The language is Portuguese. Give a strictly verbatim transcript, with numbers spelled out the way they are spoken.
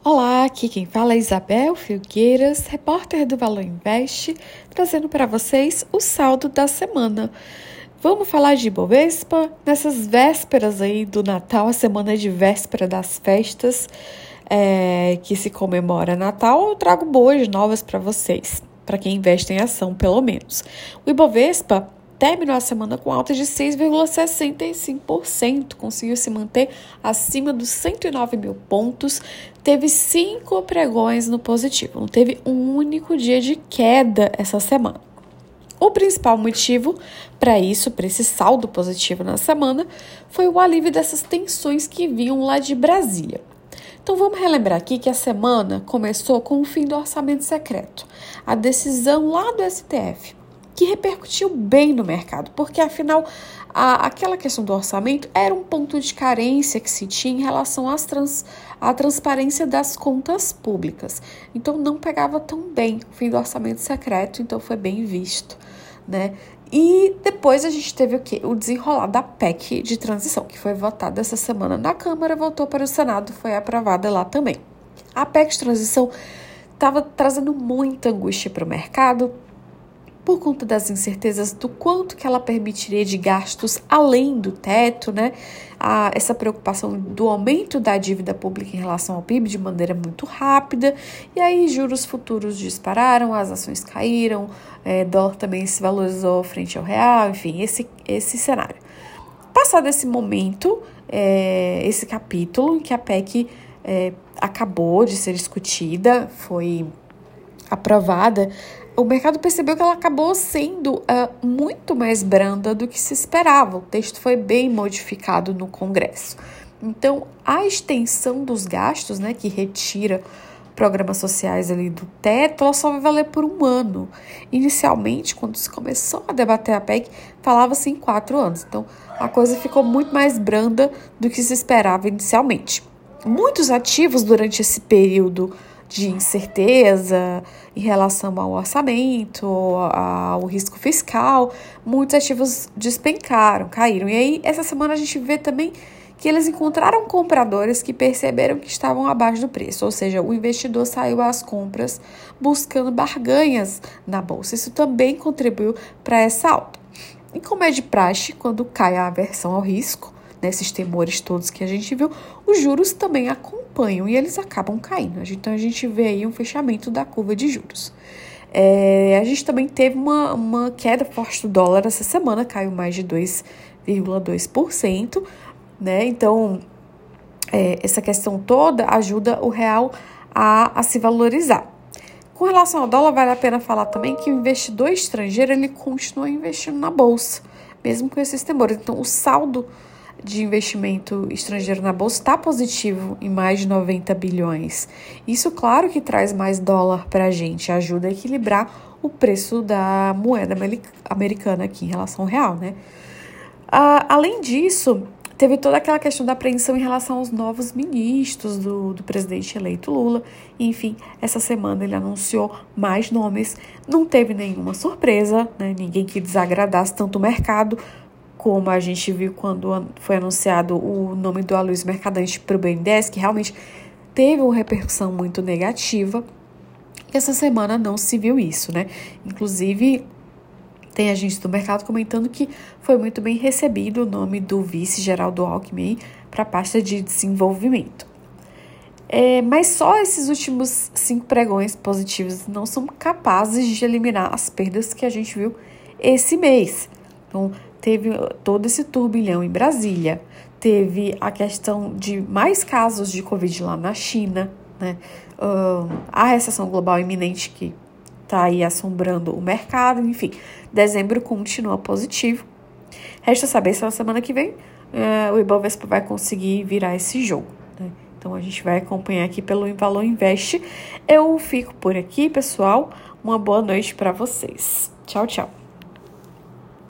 Olá, aqui quem fala é Isabel Filgueiras, repórter do Valor Invest, trazendo para vocês o saldo da semana. Vamos falar de Ibovespa nessas vésperas aí do Natal, a semana de véspera das festas é, que se comemora Natal. Eu trago boas novas para vocês, para quem investe em ação pelo menos. O Ibovespa terminou a semana com alta de seis vírgula sessenta e cinco por cento, conseguiu se manter acima dos cento e nove mil pontos, teve cinco pregões no positivo, não teve um único dia de queda essa semana. O principal motivo para isso, para esse saldo positivo na semana, foi o alívio dessas tensões que vinham lá de Brasília. Então vamos relembrar aqui que a semana começou com o fim do orçamento secreto, a decisão lá do S T F, que repercutiu bem no mercado, porque afinal a, aquela questão do orçamento era um ponto de carência que se tinha em relação às trans, à transparência das contas públicas. Então não pegava tão bem o fim do orçamento secreto, então foi bem visto, né? E depois a gente teve o quê? O desenrolar da P E C de transição, que foi votada essa semana na Câmara, voltou para o Senado, foi aprovada lá também. A P E C de transição estava trazendo muita angústia para o mercado, por conta das incertezas do quanto que ela permitiria de gastos além do teto, né? A, essa preocupação do aumento da dívida pública em relação ao P I B de maneira muito rápida, e aí juros futuros dispararam, as ações caíram, é, dólar também se valorizou frente ao real, enfim, esse, esse cenário. Passado esse momento, é, esse capítulo em que a P E C é, acabou de ser discutida, foi aprovada, o mercado percebeu que ela acabou sendo uh, muito mais branda do que se esperava. O texto foi bem modificado no Congresso. Então, a extensão dos gastos, né, que retira programas sociais ali do teto, ela só vai valer por um ano. Inicialmente, quando se começou a debater a P E C, falava-se em quatro anos. Então, a coisa ficou muito mais branda do que se esperava inicialmente. Muitos ativos durante esse período de incerteza em relação ao orçamento, ao risco fiscal, muitos ativos despencaram, caíram. E aí, essa semana a gente vê também que eles encontraram compradores que perceberam que estavam abaixo do preço, ou seja, o investidor saiu às compras buscando barganhas na bolsa. Isso também contribuiu para essa alta. E como é de praxe, quando cai a aversão ao risco, nesses temores todos que a gente viu, os juros também acompanham e eles acabam caindo. Então, a gente vê aí um fechamento da curva de juros. É, a gente também teve uma, uma queda forte do dólar essa semana, caiu mais de dois vírgula dois por cento, né? Então, é, essa questão toda ajuda o real a, a se valorizar. Com relação ao dólar, vale a pena falar também que o investidor estrangeiro, ele continua investindo na bolsa, mesmo com esses temores. Então, o saldo de investimento estrangeiro na bolsa está positivo em mais de noventa bilhões. Isso, claro, que traz mais dólar para a gente, ajuda a equilibrar o preço da moeda americana aqui em relação ao real, né? Ah, além disso, teve toda aquela questão da apreensão em relação aos novos ministros do, do presidente eleito Lula. Enfim, essa semana ele anunciou mais nomes, não teve nenhuma surpresa, né? Ninguém que desagradasse tanto o mercado, como a gente viu quando foi anunciado o nome do Aloysio Mercadante para o B N D E S, que realmente teve uma repercussão muito negativa. E essa semana não se viu isso, né? Inclusive, tem agentes do mercado comentando que foi muito bem recebido o nome do vice Geraldo Alckmin para a pasta de desenvolvimento. É, mas só esses últimos cinco pregões positivos não são capazes de eliminar as perdas que a gente viu esse mês. Então, teve todo esse turbilhão em Brasília, teve a questão de mais casos de Covid lá na China, né? Uh, a recessão global iminente que está aí assombrando o mercado, enfim, dezembro continua positivo. Resta saber se na semana que vem uh, o Ibovespa vai conseguir virar esse jogo, né? Então a gente vai acompanhar aqui pelo Valor Invest. Eu fico por aqui, pessoal. Uma boa noite para vocês. Tchau, tchau.